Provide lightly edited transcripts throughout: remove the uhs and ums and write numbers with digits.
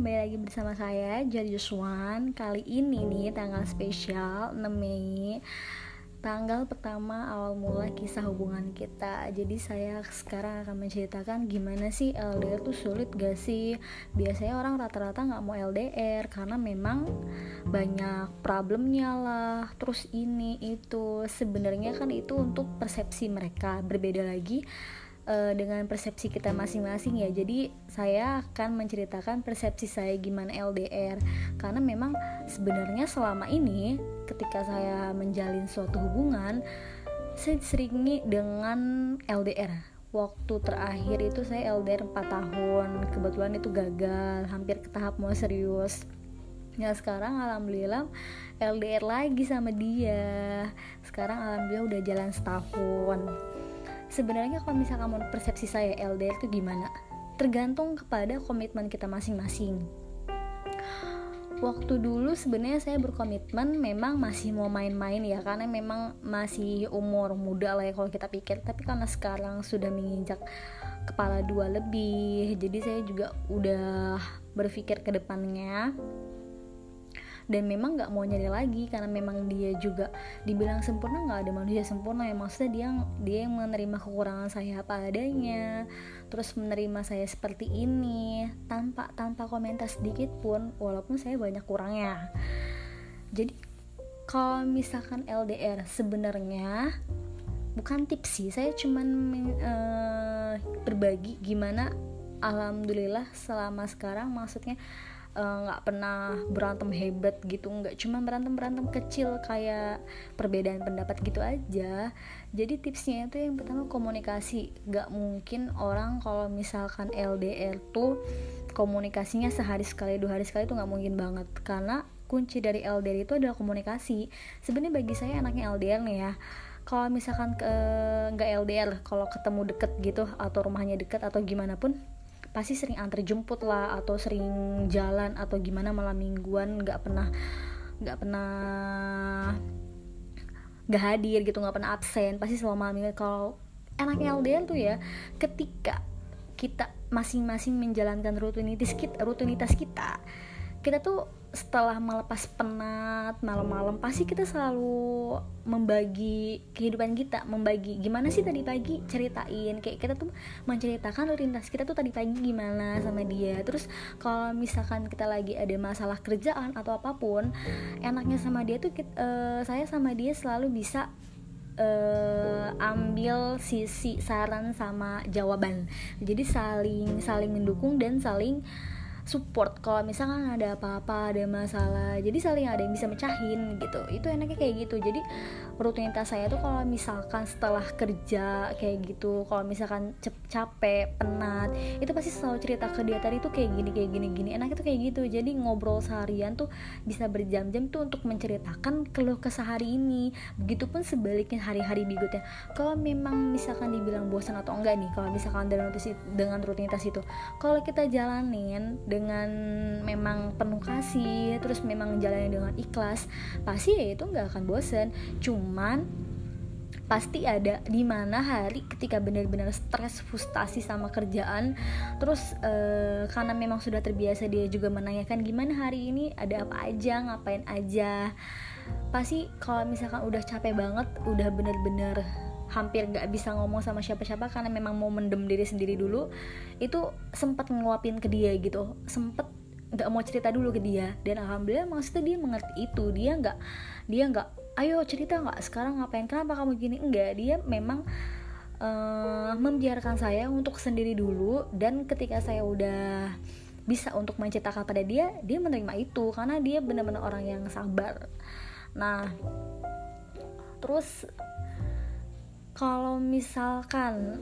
kembali lagi bersama saya Jariuswan. Kali ini nih tanggal spesial 6 Mei, tanggal pertama awal mula kisah hubungan kita. Jadi saya sekarang akan menceritakan gimana sih LDR tuh sulit gak sih. Biasanya orang rata-rata gak mau LDR karena memang banyak problemnya lah. Terus ini itu, sebenarnya kan itu untuk persepsi mereka. Berbeda lagi dengan persepsi kita masing-masing ya. Jadi saya akan menceritakan persepsi saya gimana LDR, karena memang sebenarnya selama ini ketika saya menjalin suatu hubungan, saya seringi dengan LDR. Waktu terakhir itu saya LDR 4 tahun, kebetulan itu gagal, hampir ke tahap mau serius. Nah sekarang alhamdulillah LDR lagi sama dia. Sekarang alhamdulillah udah jalan setahun. Sebenarnya kalau misalkan menurut persepsi saya LDR itu gimana? Tergantung kepada komitmen kita masing-masing. Waktu dulu sebenarnya saya berkomitmen memang masih mau main-main ya, karena memang masih umur muda lah ya kalau kita pikir. Tapi karena sekarang sudah menginjak kepala 2 lebih, jadi saya juga udah berpikir ke depannya. Dan memang gak mau nyari lagi, karena memang dia juga dibilang sempurna, gak ada manusia sempurna ya. Maksudnya dia yang menerima kekurangan saya apa adanya, terus menerima saya seperti ini tanpa komentar sedikit pun, walaupun saya banyak kurangnya. Jadi kalau misalkan LDR sebenarnya bukan tips sih, saya cuman berbagi gimana alhamdulillah selama sekarang. Maksudnya nggak pernah berantem hebat gitu, nggak cuma berantem kecil kayak perbedaan pendapat gitu aja. Jadi tipsnya itu yang pertama komunikasi. Nggak mungkin orang kalau misalkan LDR tuh komunikasinya sehari sekali 2 hari sekali tuh nggak mungkin banget, karena kunci dari LDR itu adalah komunikasi. Sebenarnya bagi saya anaknya LDR nih ya, kalau misalkan nggak LDR, kalau ketemu deket gitu atau rumahnya deket atau gimana pun pasti sering antar jemput lah, atau sering jalan atau gimana malam mingguan, nggak pernah nggak hadir gitu, nggak pernah absen, pasti selalu malam minggu. Kalau enaknya LDR tuh ya ketika kita masing-masing menjalankan rutinitas kita tuh setelah melepas penat malam-malam, pasti kita selalu membagi kehidupan kita, membagi gimana sih tadi pagi, ceritain kayak kita tuh menceritakan rutinitas kita tuh tadi pagi gimana sama dia. Terus kalau misalkan kita lagi ada masalah kerjaan atau apapun, enaknya sama dia tuh saya sama dia selalu bisa ambil sisi saran sama jawaban. Jadi saling mendukung dan saling support kalau misalkan ada apa-apa, ada masalah, jadi saling ada yang bisa mecahin gitu. Itu enaknya kayak gitu. Jadi rutinitas saya tuh kalau misalkan setelah kerja kayak gitu, kalau misalkan capek, penat, itu pasti selalu cerita ke dia, tadi tuh kayak gini. Enaknya tuh kayak gitu. Jadi ngobrol seharian tuh bisa berjam-jam tuh untuk menceritakan keluh kesah hari ini. Begitupun sebaliknya hari-hari berikutnya. Kalau memang misalkan dibilang bosan atau enggak nih, kalau misalkan dengan rutinitas itu, kalau kita jalanin dengan memang penuh kasih, terus memang jalannya dengan ikhlas, pasti ya itu nggak akan bosen. Cuman pasti ada di mana hari ketika benar-benar stres, frustasi sama kerjaan, terus karena memang sudah terbiasa dia juga menanyakan gimana hari ini, ada apa aja, ngapain aja. Pasti kalau misalkan udah capek banget, udah benar-benar hampir gak bisa ngomong sama siapa-siapa karena memang mau mendem diri sendiri dulu, itu sempat ngeluapin ke dia gitu, sempet gak mau cerita dulu ke dia. Dan alhamdulillah maksudnya dia mengerti itu. Dia gak ayo cerita gak sekarang, ngapain, kenapa kamu gini, enggak. Dia memang membiarkan saya untuk sendiri dulu. Dan ketika saya udah bisa untuk menceritakan pada dia menerima itu, karena dia benar-benar orang yang sabar. Nah terus kalau misalkan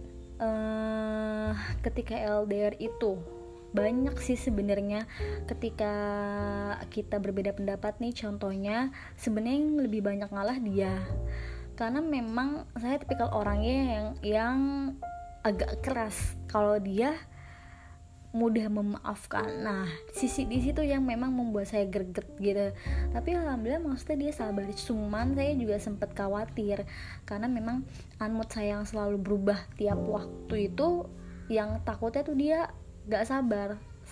ketika LDR itu banyak sih sebenarnya ketika kita berbeda pendapat nih. Contohnya sebenarnya yang lebih banyak ngalah dia, karena memang saya tipikal orangnya yang agak keras. Kalau dia mudah memaafkan. Nah, di situ yang memang membuat saya greget gitu. Tapi alhamdulillah maksudnya dia sabar. Cuman saya juga sempat khawatir karena memang mood saya yang selalu berubah tiap waktu itu, yang takutnya tuh dia gak sabar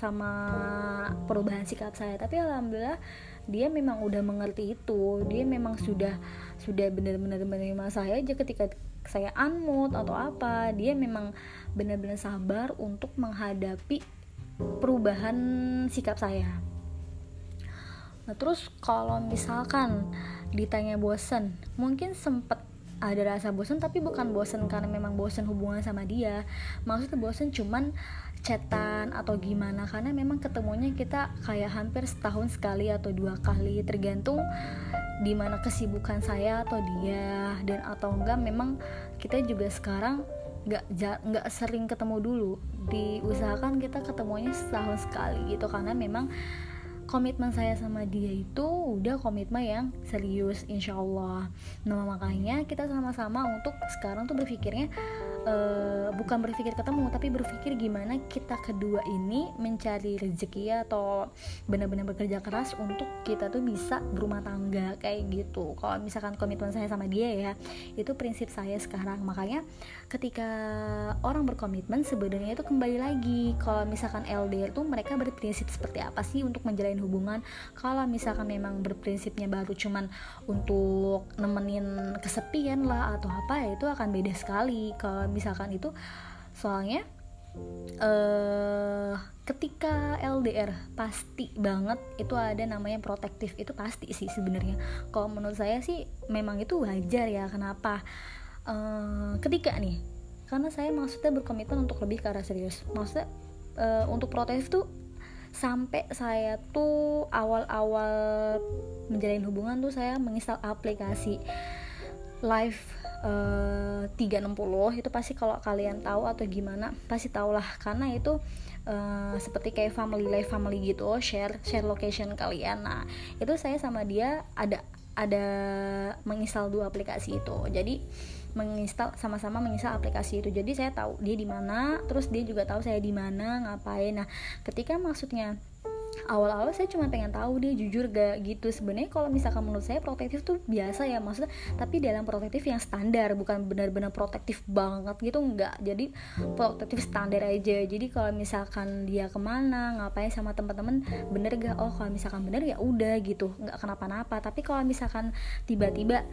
sama perubahan sikap saya, tapi alhamdulillah dia memang udah mengerti itu. Dia memang sudah benar-benar menerima saya aja ketika saya unmood atau apa. Dia memang benar-benar sabar untuk menghadapi perubahan sikap saya. Nah, terus kalau misalkan ditanya bosen, mungkin sempet ada rasa bosen, tapi bukan bosen karena memang bosen hubungan sama dia. Maksudnya bosen cuman chatan atau gimana, karena memang ketemunya kita kayak hampir setahun sekali atau 2 kali, tergantung di mana kesibukan saya atau dia, dan atau enggak memang kita juga sekarang nggak sering ketemu dulu. Diusahakan kita ketemunya setahun sekali gitu, karena memang komitmen saya sama dia itu udah komitmen yang serius, insyaallah. Nah, makanya kita sama-sama untuk sekarang tuh berpikirnya bukan berpikir ketemu, tapi berpikir gimana kita kedua ini mencari rezeki atau benar-benar bekerja keras untuk kita tuh bisa berumah tangga kayak gitu. Kalau misalkan komitmen saya sama dia ya, itu prinsip saya sekarang. Makanya ketika orang berkomitmen sebenarnya itu kembali lagi, kalau misalkan LDR tuh mereka berprinsip seperti apa sih untuk menjalin hubungan. Kalau misalkan memang berprinsipnya baru cuman untuk nemenin kesepian lah atau apa, ya itu akan beda sekali. Kalau misalkan itu soalnya ketika LDR pasti banget itu ada namanya protektif, itu pasti sih sebenarnya. Kalau menurut saya sih memang itu wajar ya. Kenapa? Ketika nih, karena saya maksudnya berkomitmen untuk lebih ke arah serius. Maksudnya untuk protektif tuh sampai saya tuh awal-awal menjalin hubungan tuh saya menginstal aplikasi Live 360. Itu pasti kalau kalian tahu atau gimana pasti tahulah, karena itu seperti kayak live family gitu, share location kalian. Nah, itu saya sama dia ada menginstal 2 aplikasi itu. Jadi sama-sama menginstal aplikasi itu. Jadi saya tahu dia di mana, terus dia juga tahu saya di mana, ngapain. Nah, ketika maksudnya awal-awal saya cuma pengen tahu dia jujur gak gitu. Sebenarnya kalau misalkan menurut saya protektif tuh biasa ya, maksudnya tapi dalam protektif yang standar, bukan benar-benar protektif banget gitu, enggak. Jadi protektif standar aja. Jadi kalau misalkan dia kemana ngapain sama teman-teman bener gak, oh kalau misalkan bener ya udah gitu, nggak kenapa-napa. Tapi kalau misalkan tiba-tiba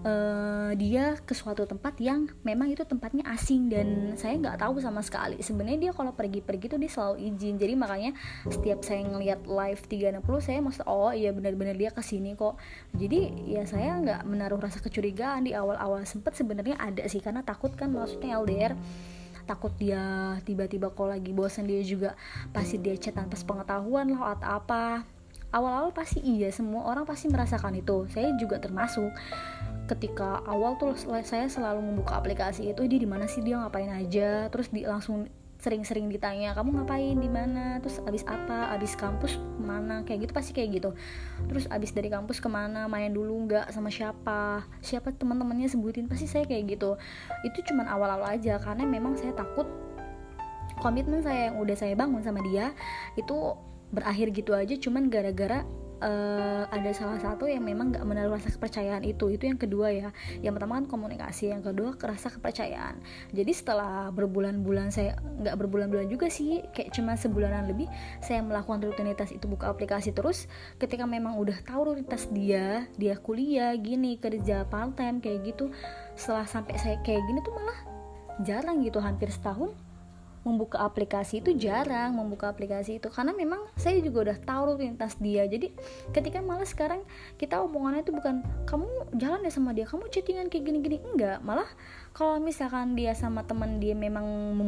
dia ke suatu tempat yang memang itu tempatnya asing dan saya nggak tahu sama sekali, sebenarnya dia kalau pergi-pergi tuh dia selalu izin. Jadi makanya setiap saya ngeliat live 360 saya maksud oh iya benar-benar dia kesini kok. Jadi ya saya nggak menaruh rasa kecurigaan di awal-awal. Sempet sebenarnya ada sih, karena takut kan, maksudnya LDR takut dia tiba-tiba kalau lagi bosan dia juga pasti dia chat tanpa pengetahuan lah atau apa. Awal-awal pasti iya, semua orang pasti merasakan itu, saya juga termasuk. Ketika awal tuh saya selalu membuka aplikasi itu, dia di mana sih, dia ngapain aja, terus langsung sering-sering ditanya kamu ngapain di mana, terus abis apa, abis kampus kemana, kayak gitu pasti kayak gitu. Terus abis dari kampus kemana, main dulu nggak, sama siapa teman-temannya sebutin, pasti saya kayak gitu. Itu cuman awal-awal aja, karena memang saya takut komitmen saya yang udah saya bangun sama dia itu berakhir gitu aja cuman gara-gara ada salah satu yang memang gak menaruh rasa kepercayaan itu yang kedua ya. Yang pertama kan komunikasi, yang kedua rasa kepercayaan. Jadi setelah berbulan-bulan, saya gak berbulan-bulan juga sih, kayak cuma sebulanan lebih, saya melakukan rutinitas itu, buka aplikasi terus. Ketika memang udah tahu rutinitas dia kuliah gini, kerja part time kayak gitu, setelah sampai saya kayak gini tuh malah jarang gitu, hampir setahun membuka aplikasi itu, jarang membuka aplikasi itu, karena memang saya juga udah tahu rutinitas dia. Jadi ketika malah sekarang kita omongannya itu bukan kamu jalan deh sama dia, kamu chattingan kayak gini-gini, enggak. Malah kalau misalkan dia sama teman dia memang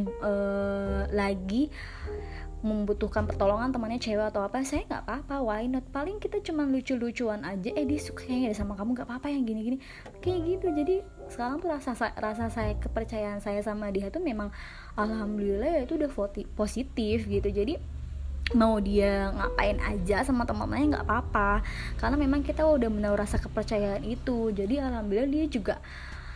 lagi membutuhkan pertolongan, temannya cewek atau apa, saya nggak apa-apa, why not, paling kita cuma lucu-lucuan aja, dia suka kayaknya sama kamu, nggak apa-apa yang gini-gini kayak gitu. Jadi sekarang tuh rasa saya, kepercayaan saya sama dia tuh memang alhamdulillah ya itu udah positif gitu. Jadi mau dia ngapain aja sama teman-temannya nggak apa-apa, karena memang kita udah menaruh rasa kepercayaan itu. Jadi alhamdulillah dia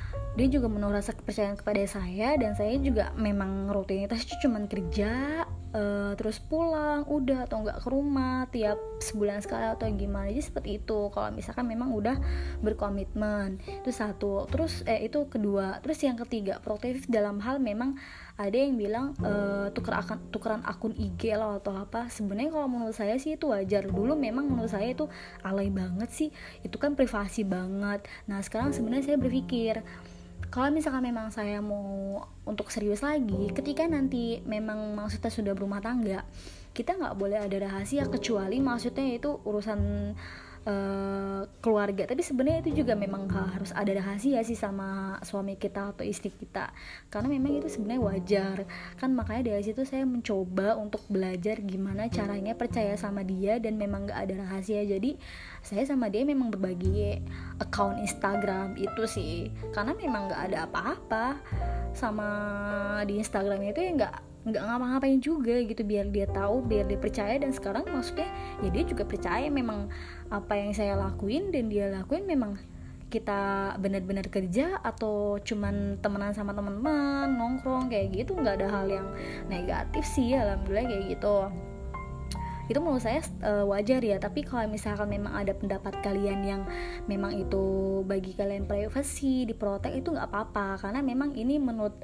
juga menaruh rasa kepercayaan kepada saya, dan saya juga memang rutinitas itu cuman kerja, terus pulang udah, atau nggak ke rumah tiap sebulan sekali atau gimana. Jadi seperti itu kalau misalkan memang udah berkomitmen. Itu satu. Terus itu kedua. Terus yang ketiga, proaktif dalam hal memang ada yang bilang tukeran akun IG lah atau apa. Sebenarnya kalau menurut saya sih itu wajar. Dulu memang menurut saya itu alay banget sih, itu kan privasi banget. Nah sekarang sebenarnya saya berpikir, kalau misalkan memang saya mau untuk serius lagi, ketika nanti memang maksudnya sudah berumah tangga, kita nggak boleh ada rahasia, kecuali maksudnya itu urusan keluarga. Tapi sebenarnya itu juga memang harus ada rahasia sih sama suami kita atau istri kita, karena memang itu sebenarnya wajar kan. Makanya dari situ saya mencoba untuk belajar gimana caranya percaya sama dia dan memang nggak ada rahasia. Jadi saya sama dia memang berbagi account Instagram itu sih, karena memang nggak ada apa-apa sama di Instagram itu, ya nggak ngapa-ngapain juga gitu, biar dia tahu, biar dia percaya. Dan sekarang maksudnya ya dia juga percaya memang apa yang saya lakuin dan dia lakuin memang kita benar-benar kerja atau cuman temenan sama teman-teman nongkrong kayak gitu, nggak ada hal yang negatif sih, alhamdulillah kayak gitu. Itu menurut saya wajar ya. Tapi kalau misalkan memang ada pendapat kalian yang memang itu bagi kalian privasi, diprotek, itu nggak apa-apa, karena memang ini menurut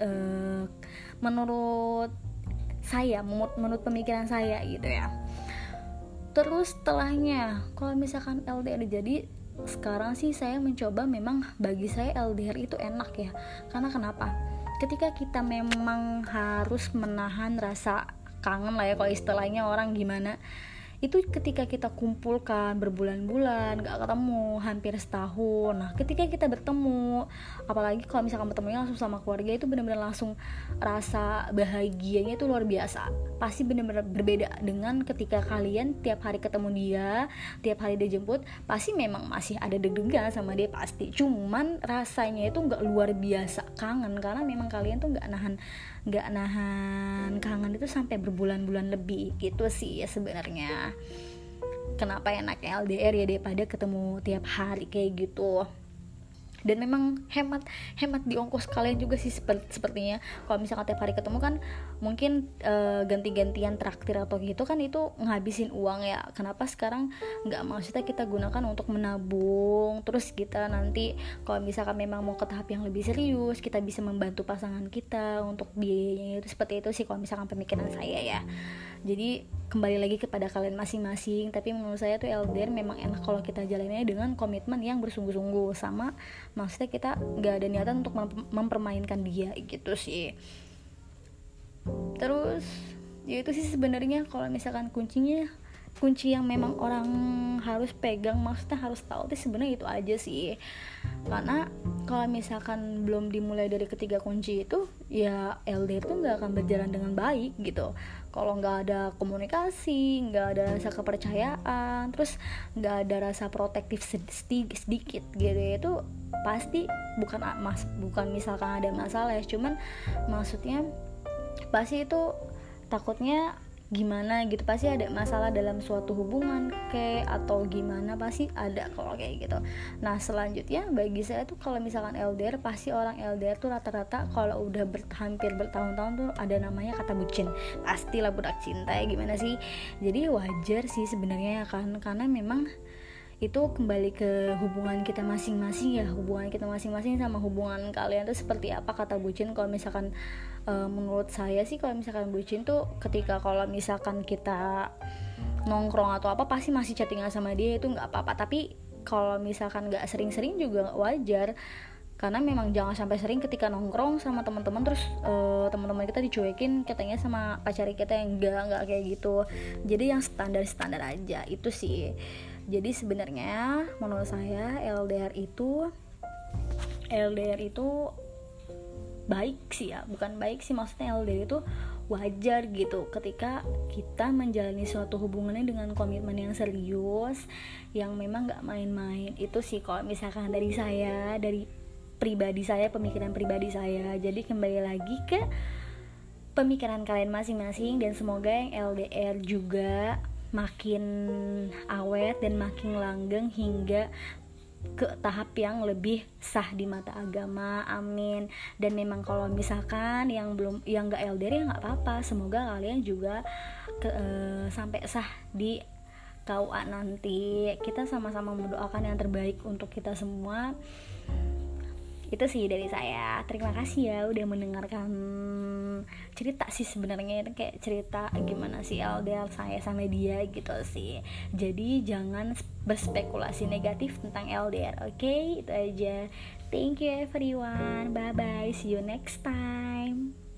saya, menurut pemikiran saya gitu ya. Terus setelahnya, kalau misalkan LDR, jadi sekarang sih saya mencoba, memang bagi saya LDR itu enak ya. Karena kenapa? Ketika kita memang harus menahan rasa kangen lah ya, kalau istilahnya orang gimana, itu ketika kita kumpulkan berbulan-bulan gak ketemu, hampir setahun. Nah ketika kita bertemu, apalagi kalau misalkan bertemunya langsung sama keluarga, itu benar-benar langsung rasa bahagianya itu luar biasa. Pasti benar-benar berbeda dengan ketika kalian tiap hari ketemu dia, tiap hari dia jemput. Pasti memang masih ada deg-degan sama dia pasti, cuman rasanya itu gak luar biasa kangen, karena memang kalian tuh gak nahan kangen itu sampai berbulan-bulan lebih gitu sih ya sebenarnya. Kenapa enak LDR ya daripada ketemu tiap hari kayak gitu. Dan memang hemat di ongkos kalian juga sih sepertinya. Kalau misalkan tiap hari ketemu kan mungkin ganti-gantian traktir atau gitu kan, itu ngabisin uang ya. Kenapa sekarang nggak maksudnya kita gunakan untuk menabung, terus kita nanti kalau misalkan memang mau ke tahap yang lebih serius, kita bisa membantu pasangan kita untuk biayanya. Itu seperti itu sih kalau misalkan pemikiran saya ya. Jadi kembali lagi kepada kalian masing-masing. Tapi menurut saya tuh LDR memang enak kalau kita jalannya dengan komitmen yang bersungguh-sungguh, sama maksudnya kita gak ada niatan untuk mempermainkan dia gitu sih. Terus ya itu sih sebenarnya kalau misalkan kunci yang memang orang harus pegang, maksudnya harus tahu tuh sebenarnya itu aja sih. Karena kalau misalkan belum dimulai dari ketiga kunci itu, ya LDR tuh nggak akan berjalan dengan baik gitu. Kalau nggak ada komunikasi, nggak ada rasa kepercayaan, terus nggak ada rasa protektif sedikit gitu, itu pasti bukan misalkan ada masalah ya, cuman maksudnya pasti itu takutnya gimana gitu, pasti ada masalah dalam suatu hubungan kayak atau gimana, pasti ada kalau kayak gitu. Nah selanjutnya bagi saya tuh kalau misalkan LDR, pasti orang LDR tuh rata-rata kalau udah hampir bertahun-tahun tuh ada namanya kata bucin, pastilah budak cinta ya, gimana sih. Jadi wajar sih sebenarnya kan, karena memang itu kembali ke hubungan kita masing-masing ya, hubungan kita masing-masing sama hubungan kalian tuh seperti apa kata bucin. Kalau misalkan menurut saya sih, kalau misalkan bucin tuh ketika kalau misalkan kita nongkrong atau apa pasti masih chattingan sama dia, itu nggak apa-apa. Tapi kalau misalkan nggak sering-sering juga wajar, karena memang jangan sampai sering ketika nongkrong sama teman-teman terus teman-teman kita dicuekin katanya sama pacar kita yang enggak kayak gitu. Jadi yang standar aja itu sih. Jadi sebenarnya menurut saya LDR itu baik sih ya, bukan baik sih, maksudnya LDR itu wajar gitu ketika kita menjalani suatu hubungannya dengan komitmen yang serius, yang memang gak main-main. Itu sih kalau misalkan dari saya, dari pribadi saya, pemikiran pribadi saya. Jadi kembali lagi ke pemikiran kalian masing-masing, dan semoga yang LDR juga makin awet dan makin langgeng hingga ke tahap yang lebih sah di mata agama. Amin. Dan memang kalau misalkan yang nggak LDR ya nggak apa-apa, semoga kalian juga sampai sah di KUA nanti. Kita sama-sama mendoakan yang terbaik untuk kita semua. Itu sih dari saya. Terima kasih ya udah mendengarkan cerita sih, sebenarnya itu kayak cerita gimana sih LDR saya sama dia gitu sih. Jadi jangan berspekulasi negatif tentang LDR. Oke, itu aja. Thank you everyone. Bye bye. See you next time.